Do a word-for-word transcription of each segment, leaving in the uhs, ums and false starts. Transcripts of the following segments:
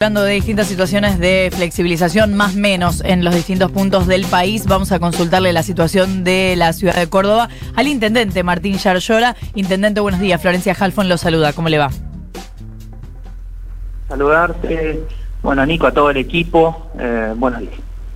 Hablando de distintas situaciones de flexibilización más menos en los distintos puntos del país, vamos a consultarle la situación de la ciudad de Córdoba al intendente Martín Yarlora. Intendente, buenos días. Florencia Halfon lo saluda. ¿Cómo le va? Saludarte. Bueno, Nico, a todo el equipo. Eh, buenos días.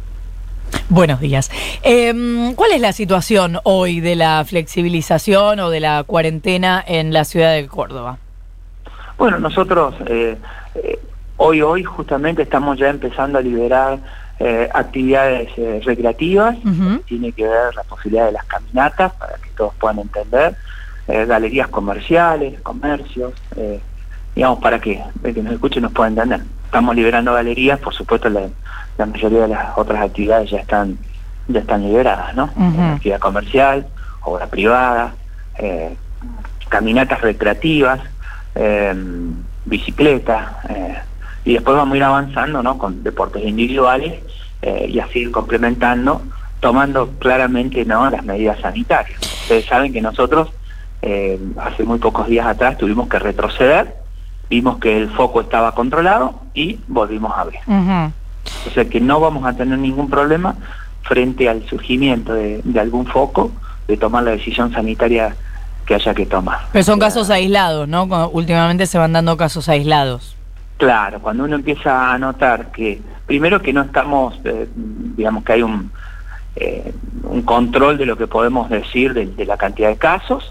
Buenos días. Eh, ¿Cuál es la situación hoy de la flexibilización o de la cuarentena en la ciudad de Córdoba? Bueno, nosotros... Eh, eh, Hoy, hoy justamente estamos ya empezando a liberar eh, actividades eh, recreativas. Uh-huh. Tiene que ver la posibilidad de las caminatas, para que todos puedan entender, eh, galerías comerciales, comercios, eh, digamos, para que el que nos escuche nos pueda entender. Estamos liberando galerías, por supuesto la, la mayoría de las otras actividades ya están ya están liberadas, ¿no? Uh-huh. Actividad comercial, obra privada, eh, caminatas recreativas, eh, bicicletas, eh, y después vamos a ir avanzando, ¿no?, con deportes individuales eh, y así ir complementando, tomando claramente, ¿no?, las medidas sanitarias. Ustedes saben que nosotros eh, hace muy pocos días atrás tuvimos que retroceder, vimos que el foco estaba controlado y volvimos a abrir. Uh-huh. O sea que no vamos a tener ningún problema frente al surgimiento de, de algún foco, de tomar la decisión sanitaria que haya que tomar. Pero son casos aislados, ¿no? Últimamente se van dando casos aislados. Claro, cuando uno empieza a notar que, primero que no estamos, eh, digamos que hay un, eh, un control de lo que podemos decir de, de la cantidad de casos,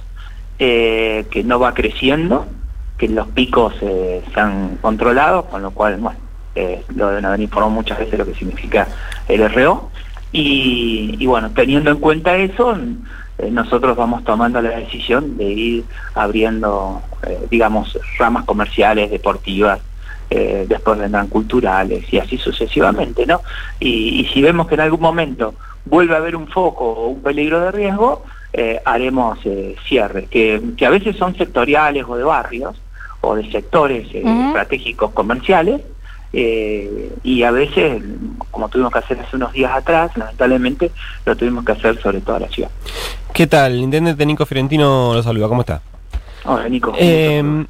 eh, que no va creciendo, que los picos eh, se han controlado, con lo cual, bueno, eh, lo deben haber informado muchas veces lo que significa el R O, y, y bueno, teniendo en cuenta eso, eh, nosotros vamos tomando la decisión de ir abriendo, eh, digamos, ramas comerciales, deportivas, Eh, después vendrán culturales y así sucesivamente, ¿no? Y, y si vemos que en algún momento vuelve a haber un foco o un peligro de riesgo, eh, haremos eh, cierres, que, que a veces son sectoriales o de barrios, o de sectores eh, uh-huh. estratégicos comerciales, eh, y a veces, como tuvimos que hacer hace unos días atrás, lamentablemente lo tuvimos que hacer sobre toda la ciudad. ¿Qué tal? Intendente Nico Fiorentino lo saluda, ¿cómo está? Hola, Nico. Eh,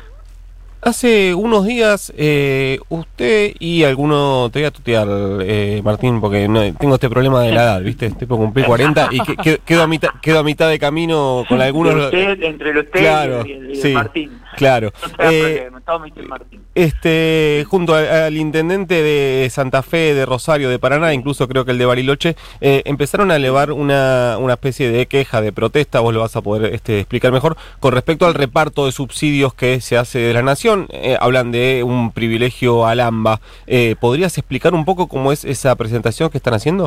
Hace unos días, eh, usted y alguno, te voy a tutear, eh, Martín, porque no, tengo este problema de la edad, ¿viste? Estoy por cumplir cuarenta y que, que, quedo, a mitad, quedo a mitad de camino con algunos... Usted, entre usted claro, y, el, y sí, el Martín. Claro. No eh, Martín. Este, junto al, al intendente de Santa Fe, de Rosario, de Paraná, incluso creo que el de Bariloche, eh, empezaron a elevar una, una especie de queja, de protesta, vos lo vas a poder este, explicar mejor, con respecto al reparto de subsidios que se hace de la nación. Eh, hablan de un privilegio al AMBA. Eh, ¿Podrías explicar un poco cómo es esa presentación que están haciendo?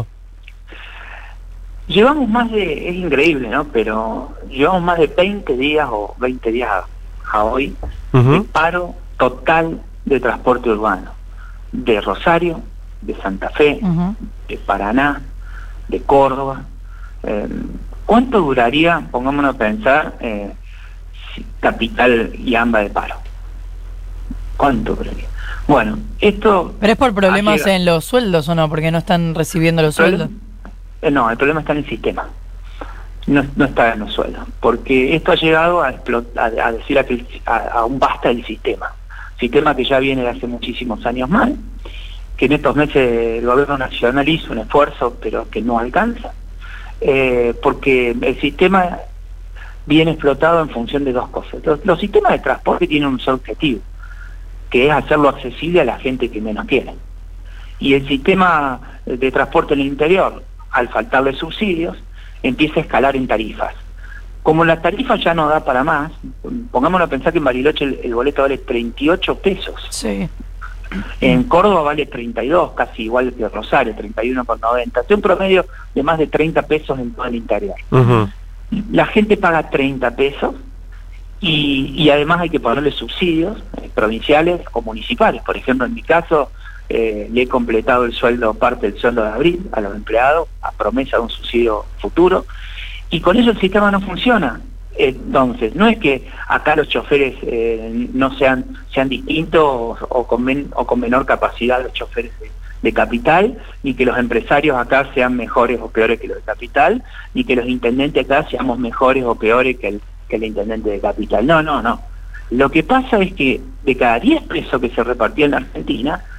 Llevamos más de, es increíble, ¿no? Pero llevamos más de veinte días o veinte días a, a hoy uh-huh. de paro total de transporte urbano. De Rosario, de Santa Fe, uh-huh. de Paraná, de Córdoba. Eh, ¿Cuánto duraría, pongámonos a pensar, eh, si Capital y AMBA de paro? ¿Cuánto duraría? Bueno, esto... ¿Pero es por problemas llegado... en los sueldos o no? Porque no están recibiendo los sueldos. Eh, no, el problema está en el sistema. No, no está en los sueldos. Porque esto ha llegado a, a, a decir a, que, a, a un basta del sistema. Sistema que ya viene de hace muchísimos años mal, que en estos meses el gobierno nacional hizo un esfuerzo, pero que no alcanza. Eh, porque el sistema viene explotado en función de dos cosas. Los, los sistemas de transporte tienen un solo objetivo, que es hacerlo accesible a la gente que menos tiene. Y el sistema de transporte en el interior, al faltarle subsidios, empieza a escalar en tarifas. Como la tarifa ya no da para más, pongámonos a pensar que en Bariloche el, el boleto vale treinta y ocho pesos. Sí. En Córdoba vale treinta y dos, casi igual que Rosario, treinta y uno con noventa. Es un promedio de más de treinta pesos en todo el interior. Uh-huh. La gente paga treinta pesos, Y, y además hay que ponerle subsidios eh, provinciales o municipales. Por ejemplo, en mi caso, eh, le he completado el sueldo, parte del sueldo de abril a los empleados, a promesa de un subsidio futuro, y con eso el sistema no funciona. Entonces, no es que acá los choferes eh, no sean sean distintos o, o, con men, o con menor capacidad los choferes de, de capital, ni que los empresarios acá sean mejores o peores que los de capital, ni que los intendentes acá seamos mejores o peores que el que el intendente de capital. No, no, no. Lo que pasa es que de cada diez pesos que se repartían en Argentina,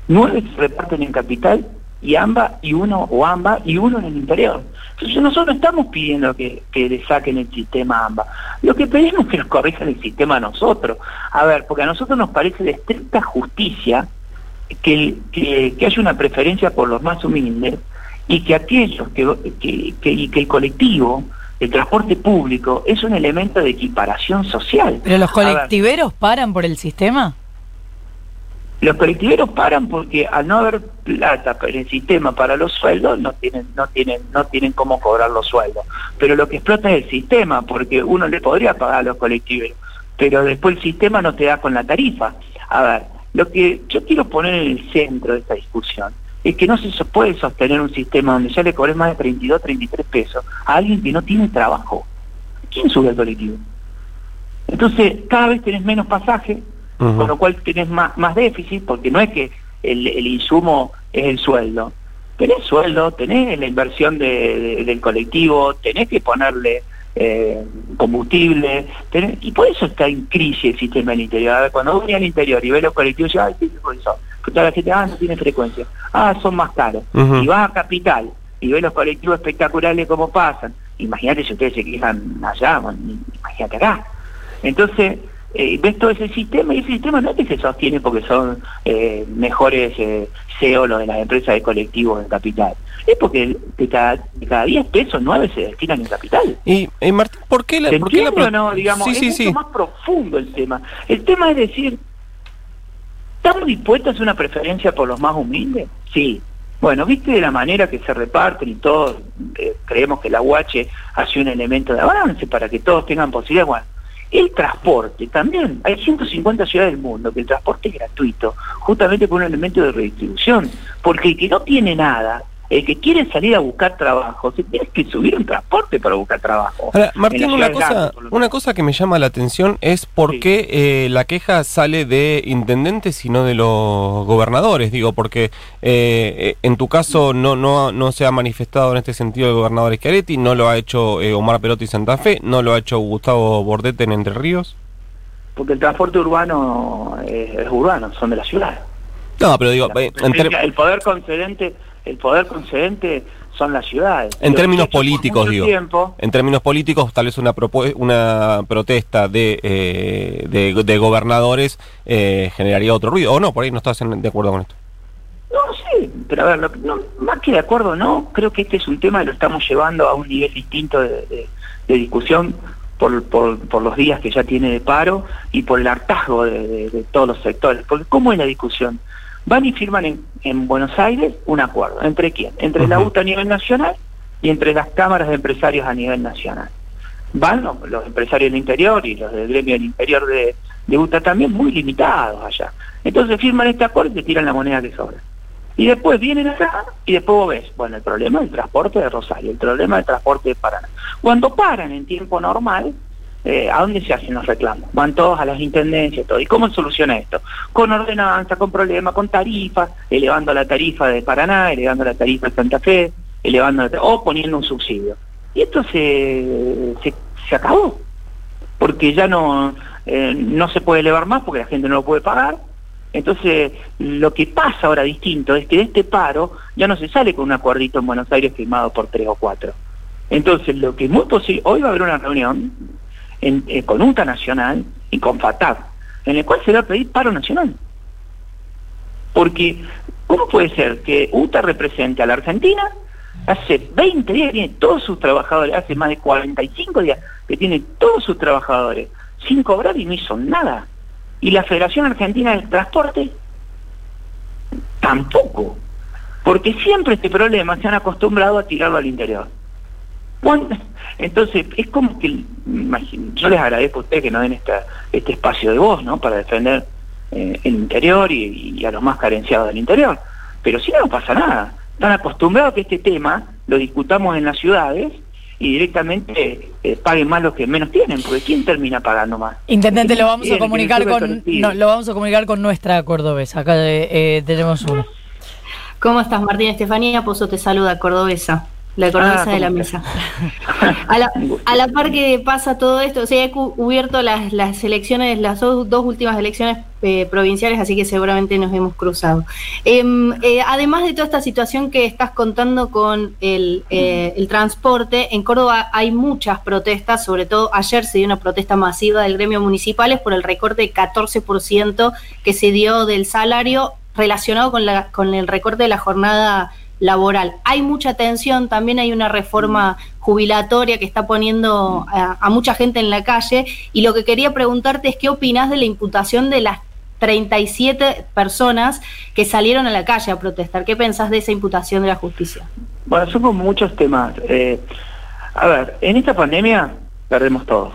nueve se reparten en capital y AMBA y uno, o AMBA y uno en el interior. Entonces nosotros no estamos pidiendo que, que le saquen el sistema AMBA. Lo que pedimos es que nos corrijan el sistema a nosotros. A ver, porque a nosotros nos parece de estricta justicia que, que, que haya una preferencia por los más humildes y que aquellos que, que, que, y que el colectivo, el transporte público, es un elemento de equiparación social. ¿Pero los colectiveros paran por el sistema? Los colectiveros paran porque al no haber plata en el sistema para los sueldos, no tienen, no tienen, no tienen cómo cobrar los sueldos. Pero lo que explota es el sistema, porque uno le podría pagar a los colectiveros, pero después el sistema no te da con la tarifa. A ver, lo que yo quiero poner en el centro de esta discusión es que no se puede sostener un sistema donde ya le cobré más de treinta y dos, treinta y tres pesos a alguien que no tiene trabajo. ¿Quién sube al colectivo? Entonces, cada vez tenés menos pasaje, uh-huh. con lo cual tenés más, más déficit, porque no es que el, el insumo es el sueldo. Tenés sueldo, tenés la inversión de, de, del colectivo, tenés que ponerle eh, combustible, tenés, y por eso está en crisis el sistema del interior. A ver, cuando uno viene al interior y ve los colectivos, ay, ¿qué es eso? Toda la gente, ah, no tiene frecuencia, ah, son más caros. Uh-huh. Y vas a Capital y ves los colectivos espectaculares como pasan. Imagínate si ustedes se quejan allá, bueno, imagínate acá. Entonces, eh, ves todo ese sistema, y ese sistema no es que se sostiene porque son eh, mejores eh, C E O los de las empresas de colectivos en Capital. Es porque de cada, de cada diez pesos, nueve se destinan en Capital. Y, eh, Martín, ¿por qué la, ¿Se ¿por qué la entiende o no? Digamos, sí, es sí, mucho sí. más profundo el tema. El tema es decir, ¿estamos dispuestos a hacer una preferencia por los más humildes? Sí. Bueno, viste de la manera que se reparten y todos eh, creemos que la U H hace un elemento de avance para que todos tengan posibilidad. Bueno, el transporte también. Hay ciento cincuenta ciudades del mundo que el transporte es gratuito, justamente por un elemento de redistribución. Porque el que no tiene nada, el que quiere salir a buscar trabajo, se tiene que subir un transporte para buscar trabajo. Ahora, Martín, una cosa, una cosa que me llama la atención es por sí. qué eh, la queja sale de intendentes y no de los gobernadores. Digo, porque eh, en tu caso no, no, no se ha manifestado en este sentido el gobernador Schiaretti, no lo ha hecho eh, Omar Perotti Santa Fe, no lo ha hecho Gustavo Bordete en Entre Ríos. Porque el transporte urbano eh, es urbano, son de la ciudad. No, pero digo, eh, entre... el poder concedente... El poder concedente son las ciudades. En términos políticos, digo. Tiempo, en términos políticos, tal vez una propu una protesta de, eh, de, de gobernadores eh, generaría otro ruido. ¿O no? Por ahí no estás en, de acuerdo con esto. No, sí, pero a ver, lo, no, más que de acuerdo, no. Creo que este es un tema que lo estamos llevando a un nivel distinto de, de, de discusión por, por, por los días que ya tiene de paro y por el hartazgo de, de, de todos los sectores. Porque ¿cómo es la discusión? Van y firman en, en Buenos Aires un acuerdo. ¿Entre quién? Entre uh-huh. la U T A a nivel nacional y entre las cámaras de empresarios a nivel nacional. Van los, los empresarios del interior y los del gremio del interior de, de U T A también muy limitados allá. Entonces firman este acuerdo y te tiran la moneda que sobra. Y después vienen acá y después vos ves, bueno, el problema del transporte de Rosario, el problema del transporte de Paraná. Cuando paran en tiempo normal, Eh, ¿a dónde se hacen los reclamos? Van todos a las intendencias, todo. ¿Y cómo se soluciona esto? Con ordenanza, con problemas, con tarifas, elevando la tarifa de Paraná, elevando la tarifa de Santa Fe, elevando la o poniendo un subsidio. Y esto se, se, se acabó, porque ya no, eh, no se puede elevar más porque la gente no lo puede pagar. Entonces, lo que pasa ahora distinto es que de este paro ya no se sale con un acuerdito en Buenos Aires firmado por tres o cuatro. Entonces, lo que es muy posible, hoy va a haber una reunión En, eh, con U T A Nacional y con FATAC, en el cual se va a pedir paro nacional. Porque, ¿cómo puede ser que U T A represente a la Argentina? Hace veinte días que tiene todos sus trabajadores, hace más de cuarenta y cinco días que tiene todos sus trabajadores sin cobrar y no hizo nada. ¿Y la Federación Argentina del Transporte? Tampoco. Porque siempre este problema se han acostumbrado a tirarlo al interior. Entonces, es como que, yo les agradezco a ustedes que nos den esta, este espacio de voz, ¿no? Para defender eh, el interior y, y a los más carenciados del interior. Pero si no, no pasa nada. Están acostumbrados a que este tema lo discutamos en las ciudades y directamente eh, paguen más los que menos tienen, porque ¿quién termina pagando más? Intendente, lo vamos a comunicar con no, lo vamos a comunicar con nuestra cordobesa. Acá eh, tenemos uno. ¿Cómo estás, Martín? Estefanía Pozo te saluda, cordobesa. la cordobesa Ah, de la ¿cómo mesa. A la, a la par que pasa todo esto, o sea, he cubierto las, las elecciones, las dos, dos últimas elecciones eh, provinciales, así que seguramente nos hemos cruzado. Eh, eh, además de toda esta situación que estás contando con el, eh, el transporte, en Córdoba hay muchas protestas, sobre todo ayer se dio una protesta masiva del gremio municipales por el recorte de catorce por ciento que se dio del salario relacionado con, la, con el recorte de la jornada laboral. Hay mucha tensión, también hay una reforma jubilatoria que está poniendo a, a mucha gente en la calle, y lo que quería preguntarte es qué opinás de la imputación de las treinta y siete personas que salieron a la calle a protestar. ¿Qué pensás de esa imputación de la justicia? Bueno, son como muchos temas. Eh, a ver, en esta pandemia perdemos todos.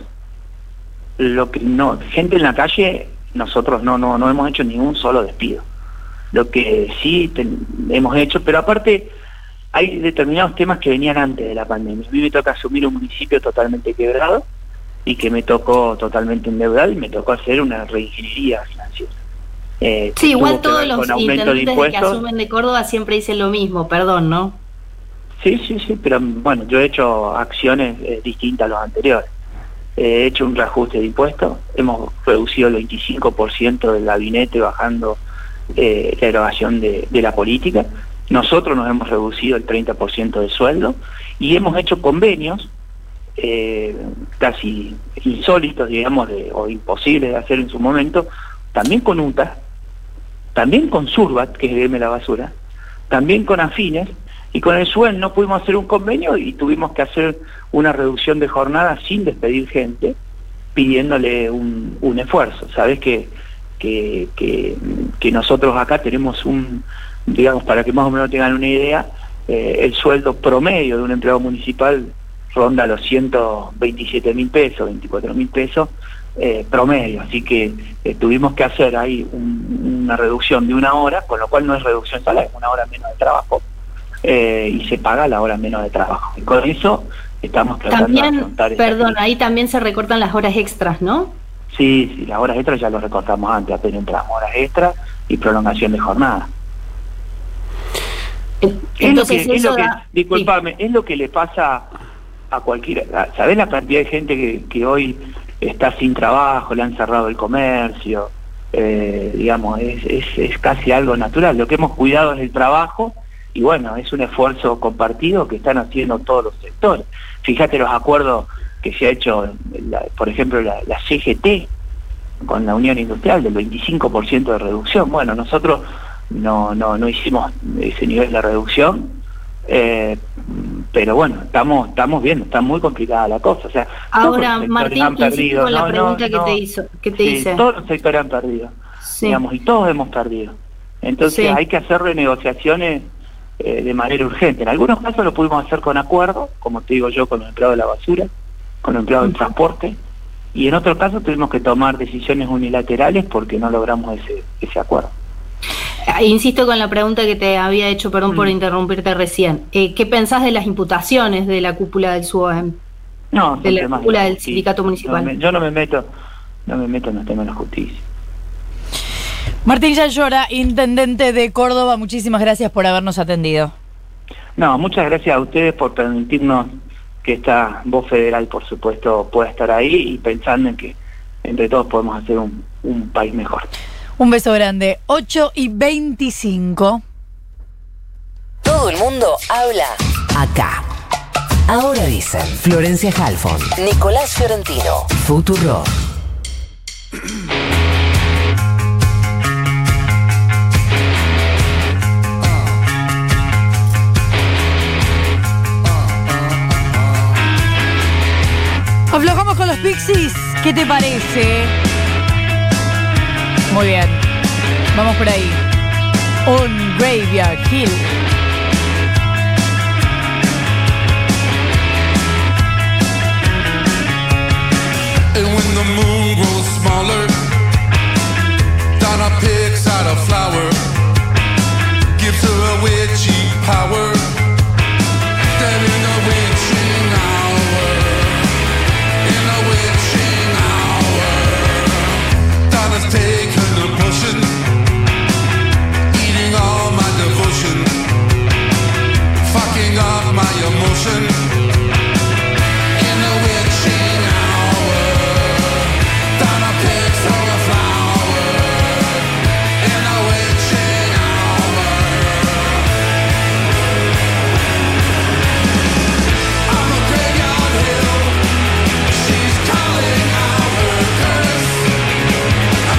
Lo que no, gente en la calle, nosotros no, no, no hemos hecho ningún solo despido. Lo que sí ten, hemos hecho, pero aparte hay determinados temas que venían antes de la pandemia. A mí me toca asumir un municipio totalmente quebrado y que me tocó totalmente endeudado y me tocó hacer una reingeniería financiera. Eh, sí, igual todos los intendentes que asumen de Córdoba siempre dicen lo mismo, perdón, ¿no? Sí, sí, sí, pero bueno, yo he hecho acciones eh, distintas a los anteriores. He hecho un reajuste de impuestos, hemos reducido el veinticinco por ciento del gabinete bajando Eh, la erogación de, de la política. Nosotros nos hemos reducido el treinta por ciento de sueldo y hemos hecho convenios eh, casi insólitos, digamos, de, o imposibles de hacer en su momento, también con U T A, también con Surbat, que es el M de la basura, también con Afines, y con el S U E N no pudimos hacer un convenio y tuvimos que hacer una reducción de jornada sin despedir gente, pidiéndole un, un esfuerzo. Sabes que Que, que, que nosotros acá tenemos un, digamos, para que más o menos tengan una idea, eh, el sueldo promedio de un empleado municipal ronda los ciento veintisiete mil pesos, veinticuatro mil pesos eh, promedio, así que eh, tuvimos que hacer ahí un, una reducción de una hora, con lo cual no es reducción salarial, es una hora menos de trabajo, eh, y se paga la hora menos de trabajo, y con eso estamos tratando también, de afrontar perdón, ahí también se recortan las horas extras, ¿no? Sí, sí, las horas extras ya lo recortamos antes, apenas entramos, horas extras y prolongación de jornada. Entonces, es lo que, es lo que da... disculpame, sí. Es lo que le pasa a cualquiera. ¿Sabés la cantidad de gente que, que hoy está sin trabajo, le han cerrado el comercio? Eh, digamos, es, es, es casi algo natural. Lo que hemos cuidado es el trabajo y bueno, es un esfuerzo compartido que están haciendo todos los sectores. Fíjate los acuerdos que se ha hecho, la, por ejemplo, la, la C G T con la Unión Industrial del veinticinco por ciento de reducción. Bueno, nosotros no no no hicimos ese nivel de reducción, eh, pero bueno, estamos estamos viendo, está muy complicada la cosa. O sea, ahora, Martín, han perdido, con la no, pregunta no, que no, te hizo, que te sí, hice. Todos los sectores han perdido, sí. Digamos, y todos hemos perdido. Entonces sí. Hay que hacer renegociaciones eh, de manera urgente. En algunos casos lo pudimos hacer con acuerdo, como te digo yo, con los empleados de la basura, con los empleados del transporte, y en otros casos tuvimos que tomar decisiones unilaterales porque no logramos ese ese acuerdo. Insisto con la pregunta que te había hecho, perdón mm. por interrumpirte recién. Eh, ¿Qué pensás de las imputaciones de la cúpula del S U E M? No, de la cúpula del sindicato municipal. No me, yo no me meto, no me meto en los temas de la justicia. Martín Yayora, intendente de Córdoba, muchísimas gracias por habernos atendido. No, muchas gracias a ustedes por permitirnos que esta voz federal, por supuesto, pueda estar ahí y pensando en que entre todos podemos hacer un, un país mejor. Un beso grande. ocho y veinticinco. Todo el mundo habla acá. Ahora dicen Florencia Halfon, Nicolás Fiorentino, Futuro. Aflojamos con los Pixies. ¿Qué te parece? Muy bien. Vamos por ahí. On Graveyard Hill. And when the moon grows smaller, Donna picks out a flower.